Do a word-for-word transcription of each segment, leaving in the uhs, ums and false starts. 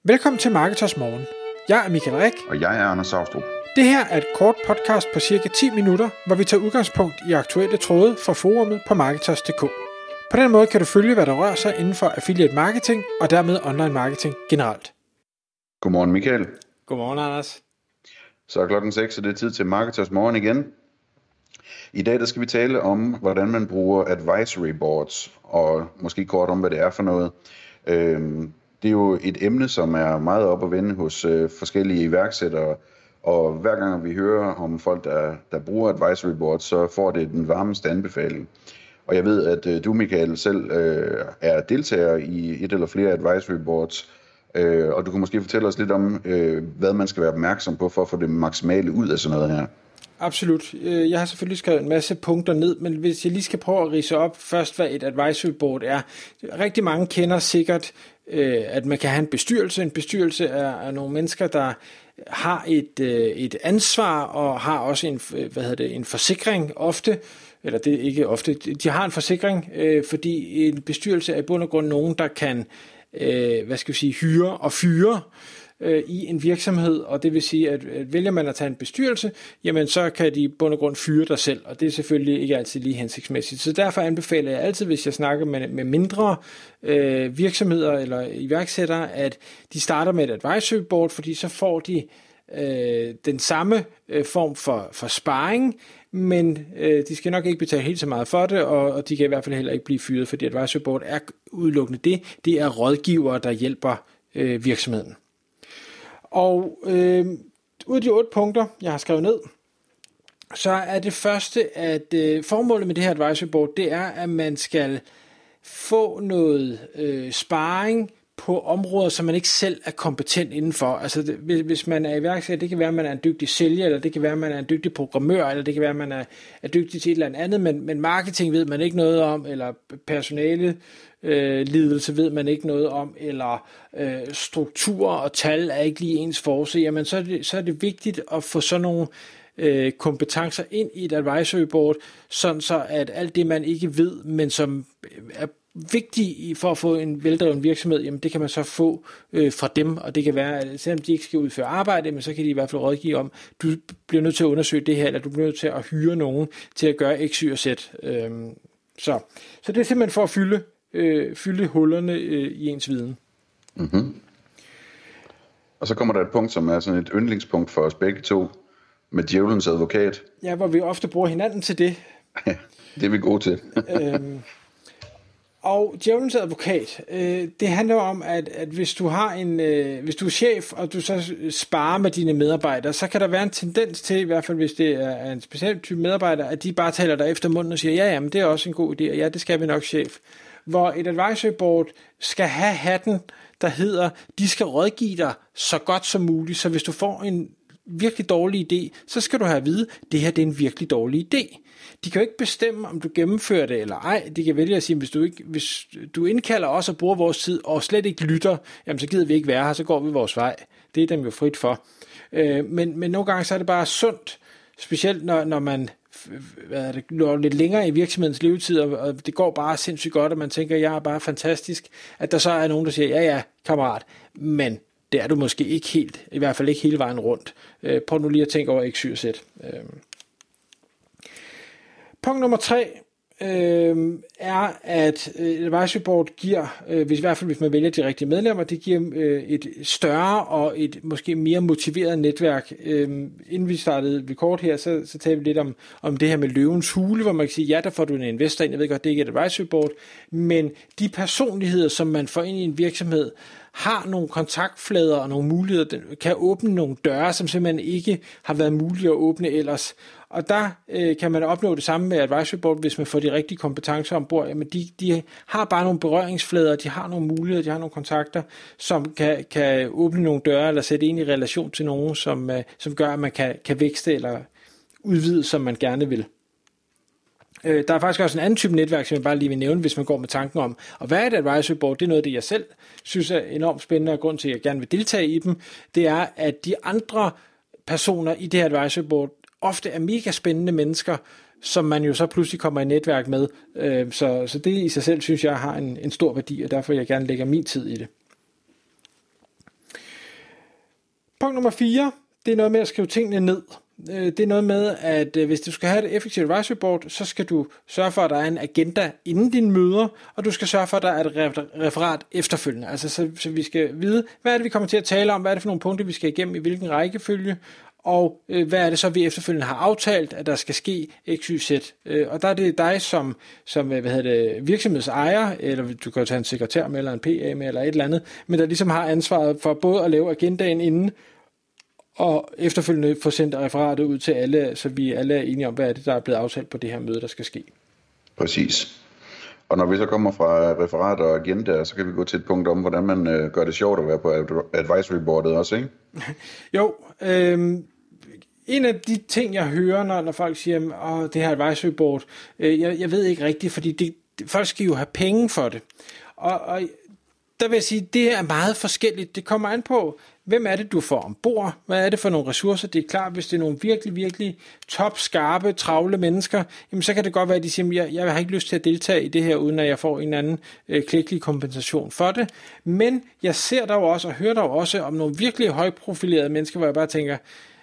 Velkommen til Marketers Morgen. Jeg er Michael Rik. Og jeg er Anders Saustrup. Det her er et kort podcast på cirka ti minutter, hvor vi tager udgangspunkt i aktuelle tråde fra forumet på Marketers punktum d k. På den måde kan du følge, hvad der rører sig inden for affiliate marketing og dermed online marketing generelt. Godmorgen Michael. Godmorgen Anders. Så er klokken seks, og det er tid til Marketers Morgen igen. I dag der skal vi tale om, hvordan man bruger advisory boards, og måske kort om, hvad det er for noget. Øhm, det er jo et emne, som er meget op at vende hos øh, forskellige iværksættere, og hver gang vi hører om folk, der, der bruger advisory boards, så får det den varmeste anbefaling. Og jeg ved, at øh, du, Michael, selv øh, er deltager i et eller flere advisory boards, øh, og du kan måske fortælle os lidt om, øh, hvad man skal være opmærksom på for at få det maksimale ud af sådan noget her. Absolut. Jeg har selvfølgelig skrevet en masse punkter ned, men hvis jeg lige skal prøve at ridse op først, hvad et advisory board er. Rigtig mange kender sikkert, at man kan have en bestyrelse. En bestyrelse er nogle mennesker, der har et, et ansvar og har også en, hvad hedder det, en forsikring ofte, eller det er ikke ofte, de har en forsikring, fordi en bestyrelse er i bund og grund nogen, der kan, hvad skal vi sige, hyre og fyre i en virksomhed, og det vil sige, at vælger man at tage en bestyrelse, jamen så kan de i bund og grund fyre dig selv, og det er selvfølgelig ikke altid lige hensigtsmæssigt. Så derfor anbefaler jeg altid, hvis jeg snakker med, med mindre øh, virksomheder eller iværksættere, at de starter med et advisory board, fordi så får de øh, den samme øh, form for, for sparring, men øh, de skal nok ikke betale helt så meget for det, og, og de kan i hvert fald heller ikke blive fyret, fordi advisory board er udelukkende det. Det er rådgivere, der hjælper øh, virksomheden. Og øh, ud af de otte punkter, jeg har skrevet ned, så er det første, at øh, formålet med det her advisory board, det er, at man skal få noget øh, sparring på områder, som man ikke selv er kompetent indenfor. Altså det, hvis, hvis man er iværksætter, det kan være, at man er en dygtig sælger, eller det kan være, at man er en dygtig programmør, eller det kan være, at man er, er dygtig til et eller andet, men, men marketing ved man ikke noget om, eller personale øh, lidelse ved man ikke noget om, eller øh, struktur og tal er ikke lige ens force, jamen så er det, så er det vigtigt at få sådan nogle øh, kompetencer ind i et advisory board, sådan så at alt det, man ikke ved, men som er vigtigt for at få en veldreven virksomhed, jamen det kan man så få øh, fra dem, og det kan være, at selvom de ikke skal udføre arbejde, men så kan de i hvert fald rådgive om, du bliver nødt til at undersøge det her, eller du bliver nødt til at hyre nogen til at gøre X, Y og Z. Øhm, så. så det er simpelthen for at fylde, øh, fylde hullerne øh, i ens viden. Mm-hmm. Og så kommer der et punkt, som er sådan et yndlingspunkt for os begge to, med djævelens advokat. Ja, hvor vi ofte bruger hinanden til det. Det er vi gode til. øhm, Og djævelens advokat, øh, det handler om, at, at hvis du har en, øh, hvis du er chef, og du så sparer med dine medarbejdere, så kan der være en tendens til, i hvert fald hvis det er en speciel type medarbejder, at de bare taler dig efter munden og siger, ja, jamen det er også en god idé, og ja, det skal vi nok, chef. Hvor et advisory board skal have hatten, der hedder, de skal rådgive dig så godt som muligt, så hvis du får en virkelig dårlig idé, så skal du have at vide, det her det er en virkelig dårlig idé. De kan jo ikke bestemme, om du gennemfører det eller ej. De kan vælge at sige, hvis du, ikke, hvis du indkalder os og bruger vores tid, og slet ikke lytter, jamen så gider vi ikke være her, så går vi vores vej. Det er dem jo frit for. Øh, men, men nogle gange så er det bare sundt, specielt når, når man hvad er det, når lidt længere i virksomhedens levetid, og det går bare sindssygt godt, og man tænker, jeg er bare fantastisk, at der så er nogen, der siger, ja ja, kammerat, men det er du måske ikke helt, i hvert fald ikke hele vejen rundt. Øh, prøv nu lige at tænke over X, Y og Z. Øh. Punkt nummer tre øh, er, at et advisory board giver, øh, hvis, i hvert fald hvis man vælger de rigtige medlemmer, det giver øh, et større og et måske mere motiveret netværk. Øh, inden vi startede record her, så, så talte vi lidt om, om det her med løvens hule, hvor man kan sige, ja, der får du en investor ind, jeg ved godt, det er ikke et advisory board, men de personligheder, som man får ind i en virksomhed, har nogle kontaktflader og nogle muligheder, kan åbne nogle døre, som simpelthen ikke har været muligt at åbne ellers. Og der øh, kan man opnå det samme med advisory board, hvis man får de rigtige kompetencer ombord. Jamen de, de har bare nogle berøringsflader, de har nogle muligheder, de har nogle kontakter, som kan, kan åbne nogle døre, eller sætte ind i relation til nogen, som, øh, som gør, at man kan, kan vækste eller udvide, som man gerne vil. Øh, der er faktisk også en anden type netværk, som jeg bare lige vil nævne, hvis man går med tanken om, og hvad er et advisory board? Det er noget af det, jeg selv synes er enormt spændende, og grund til, at jeg gerne vil deltage i dem, det er, at de andre personer i det her advisory board ofte er mega spændende mennesker, som man jo så pludselig kommer i netværk med. Så, så det i sig selv, synes jeg, har en, en stor værdi, og derfor vil jeg gerne lægge min tid i det. Punkt nummer fire, det er noget med at skrive tingene ned. Det er noget med, at hvis du skal have et effektivt advisory board, så skal du sørge for, at der er en agenda inden dine møder, og du skal sørge for, at der er et referat efterfølgende. Altså, så, så vi skal vide, hvad er det, vi kommer til at tale om, hvad er det for nogle punkter, vi skal igennem, i hvilken rækkefølge, og øh, hvad er det så, vi efterfølgende har aftalt, at der skal ske X Y Z. Øh, og der er det dig som, som hvad hedder det, virksomhedsejer, eller du kan tage en sekretær med, eller en P A med, eller et eller andet, men der ligesom har ansvaret for både at lave agendaen inden, og efterfølgende få sendt referatet ud til alle, så vi alle er enige om, hvad er det, der er blevet aftalt på det her møde, der skal ske. Præcis. Og når vi så kommer fra referat og agenda, så kan vi gå til et punkt om, hvordan man øh, gør det sjovt at være på advisory boardet også, ikke? Jo, øh, en af de ting, jeg hører, når, når folk siger, at det her advisory board, øh, jeg, jeg ved ikke rigtigt, fordi det, folk skal jo have penge for det. Og, og der vil jeg sige, det er meget forskelligt. Det kommer an på, hvem er det, du får ombord? Hvad er det for nogle ressourcer? Det er klart, hvis det er nogle virkelig, virkelig top, skarpe, travle mennesker, jamen så kan det godt være, at de siger, jeg, jeg har ikke lyst til at deltage i det her, uden at jeg får en anden øh, klækkelig kompensation for det. Men jeg ser der jo også, og hører der jo også om nogle virkelig højprofilerede mennesker, hvor jeg bare tænker,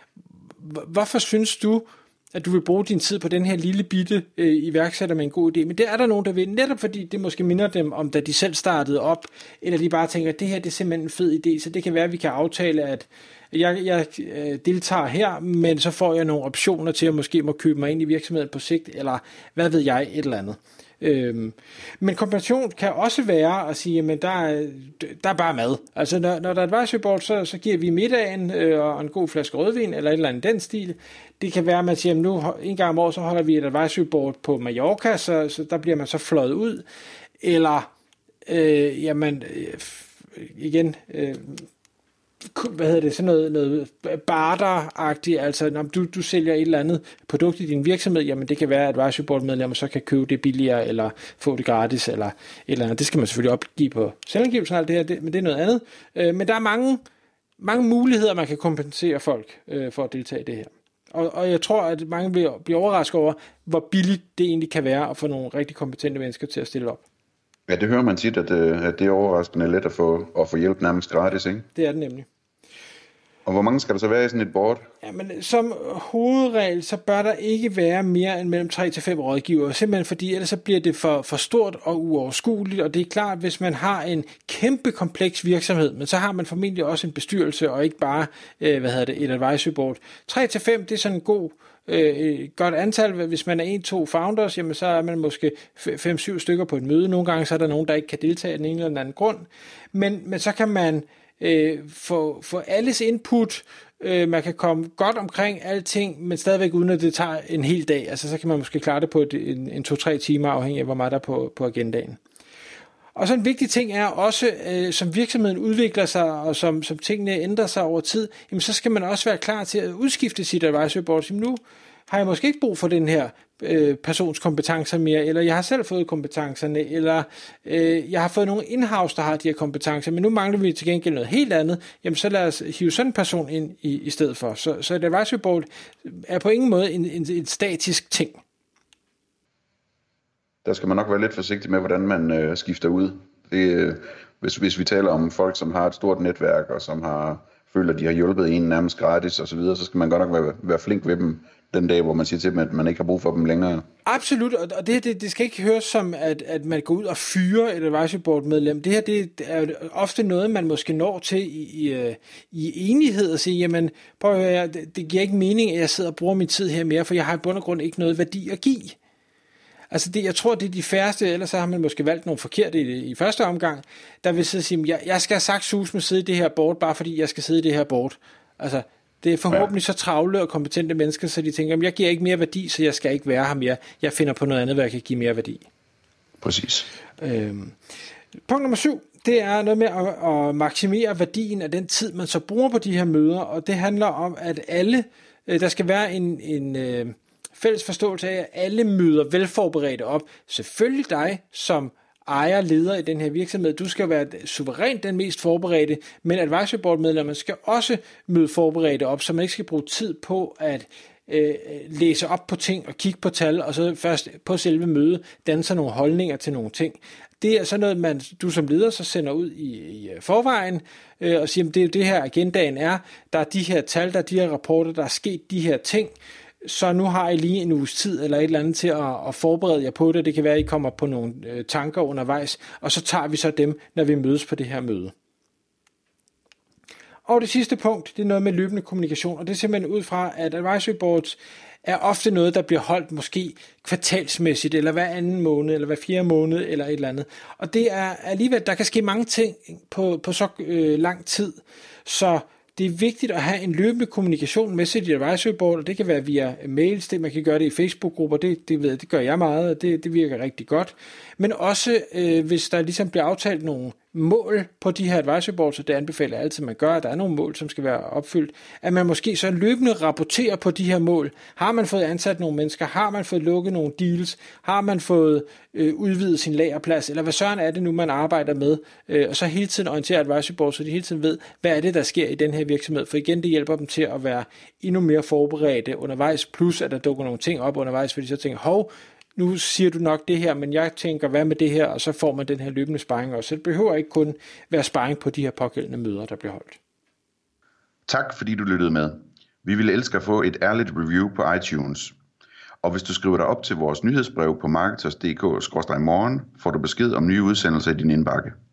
hvorfor synes du, at du vil bruge din tid på den her lille bitte øh, iværksætter med en god idé, men det er der nogen, der vil, netop fordi det måske minder dem om, da de selv startede op, eller de bare tænker, at det her det er simpelthen en fed idé, så det kan være, at vi kan aftale, at jeg, jeg øh, deltager her, men så får jeg nogle optioner til at måske må købe mig ind i virksomheden på sigt, eller hvad ved jeg, et eller andet. Øhm, men kompensation kan også være at sige, at der er, der er bare mad. Altså når, når der er advisory board, så, så giver vi middagen øh, og en god flaske rødvin, eller et eller andet den stil. Det kan være, at man siger, at nu en gang om året, så holder vi et advisory board på Mallorca, så, så der bliver man så fløjet ud. Eller, øh, jamen, øh, igen... Øh, hvad hedder det, sådan noget, noget barter-agtigt, altså når du, du sælger et eller andet produkt i din virksomhed, jamen det kan være, at advisory board medlemmer så kan købe det billigere, eller få det gratis, eller et eller andet. Det skal man selvfølgelig opgive på selvangivelsen og alt det her, det, men det er noget andet. Øh, men der er mange, mange muligheder, man kan kompensere folk øh, for at deltage i det her. Og, og jeg tror, at mange vil blive overrasket over, hvor billigt det egentlig kan være at få nogle rigtig kompetente mennesker til at stille op. Ja, det hører man tit, at, at det er overraskende let at få, at få hjælp nærmest gratis, ikke? Det er det nemlig. Og hvor mange skal der så være i sådan et board? Jamen, som hovedregel, så bør der ikke være mere end mellem tre til fem rådgivere, simpelthen fordi ellers så bliver det for, for stort og uoverskueligt, og det er klart, hvis man har en kæmpe kompleks virksomhed, men så har man formentlig også en bestyrelse, og ikke bare, øh, hvad hedder det, et advisory board. tre til fem, det er sådan en god, øh, godt antal. Hvis man er en, to founders, jamen så er man måske fem, syv stykker på et møde. Nogle gange så er der nogen, der ikke kan deltage af den ene eller den anden grund, men, men så kan man Øh, få, få alles input, øh, man kan komme godt omkring alting, men stadigvæk uden at det tager en hel dag, altså så kan man måske klare det på et, en, en to-tre timer, afhængig af hvor meget der er på, på agendaen. Og så en vigtig ting er også, øh, som virksomheden udvikler sig, og som, som tingene ændrer sig over tid, jamen så skal man også være klar til at udskifte sit advisory board. Jamen nu har jeg måske ikke brug for den her øh, persons kompetencer mere, eller jeg har selv fået kompetencerne, eller øh, jeg har fået nogle in-house, der har de her kompetencer, men nu mangler vi til gengæld noget helt andet, jamen så lad os hive sådan en person ind i, i stedet for. Så, så et advisory board er på ingen måde en, en, en statisk ting. Der skal man nok være lidt forsigtig med, hvordan man øh, skifter ud. Det, øh, hvis, hvis vi taler om folk, som har et stort netværk, og som har føler, at de har hjulpet en nærmest gratis og så videre, så skal man godt nok være, være flink ved dem den dag, hvor man siger til dem, at man ikke har brug for dem længere. Absolut, og det, det, det skal ikke høres som, at, at man går ud og fyrer et advisory board medlem. Det her det er ofte noget, man måske når til i, i, i enighed og sige, jamen, prøv at høre, det, det giver ikke mening, at jeg sidder og bruger min tid her mere, for jeg har i bund og grund ikke noget værdi at give. Altså det, jeg tror, det er de færreste, ellers så har man måske valgt nogle forkerte i, i første omgang, der vil sidde og sige, jeg, jeg skal have sagt sus med at sidde i det her board, bare fordi jeg skal sidde i det her board. Altså, det er forhåbentlig så travle og kompetente mennesker, så de tænker, jeg giver ikke mere værdi, så jeg skal ikke være her mere. Jeg finder på noget andet, hvor jeg kan give mere værdi. Præcis. Øhm. Punkt nummer syv, det er noget med at, at maksimere værdien af den tid, man så bruger på de her møder, og det handler om, at alle, der skal være en, en øh, fælles forståelse af, at alle møder velforberedte op. Selvfølgelig dig som ejer, leder i den her virksomhed. Du skal være suverænt den mest forberedte, men advisory board medlemmer skal også møde forberedte op, så man ikke skal bruge tid på at øh, læse op på ting og kigge på tal, og så først på selve mødet danne sig nogle holdninger til nogle ting. Det er sådan noget, man, du som leder så sender ud i, i forvejen øh, og siger, at det er jo det her agendaen er. Der er de her tal, der er de her rapporter, der er sket de her ting. Så nu har I lige en uges tid eller et eller andet til at, at forberede jer på det. Det kan være, at I kommer på nogle øh, tanker undervejs, og så tager vi så dem, når vi mødes på det her møde. Og det sidste punkt, det er noget med løbende kommunikation, og det er simpelthen ud fra, at advisory boards er ofte noget, der bliver holdt måske kvartalsmæssigt, eller hver anden måned, eller hver fjerde måned, eller et eller andet. Og det er alligevel, der kan ske mange ting på, på så øh, lang tid, så det er vigtigt at have en løbende kommunikation med sit advisory board, og det kan være via mails, det, man kan gøre det i Facebook-grupper, det, det, ved, det gør jeg meget, og det, det virker rigtig godt. Men også, øh, hvis der ligesom bliver aftalt nogle mål på de her advisory boards, så det anbefaler jeg altid, at man gør, at der er nogle mål, som skal være opfyldt, at man måske så løbende rapporterer på de her mål. Har man fået ansat nogle mennesker? Har man fået lukket nogle deals? Har man fået øh, udvidet sin lagerplads? Eller hvad søren er det nu, man arbejder med? Øh, og så hele tiden orientere advisory boards, så de hele tiden ved, hvad er det, der sker i den her virksomhed? For igen, det hjælper dem til at være endnu mere forberedte undervejs, plus at der dukker nogle ting op undervejs, fordi så tænker, hov, nu siger du nok det her, men jeg tænker, hvad med det her? Og så får man den her løbende sparring også. Så det behøver ikke kun være sparring på de her pågældende møder, der bliver holdt. Tak fordi du lyttede med. Vi ville elske at få et ærligt review på iTunes. Og hvis du skriver dig op til vores nyhedsbrev på marketers punktum d k skråstreg morgen, får du besked om nye udsendelser i din indbakke.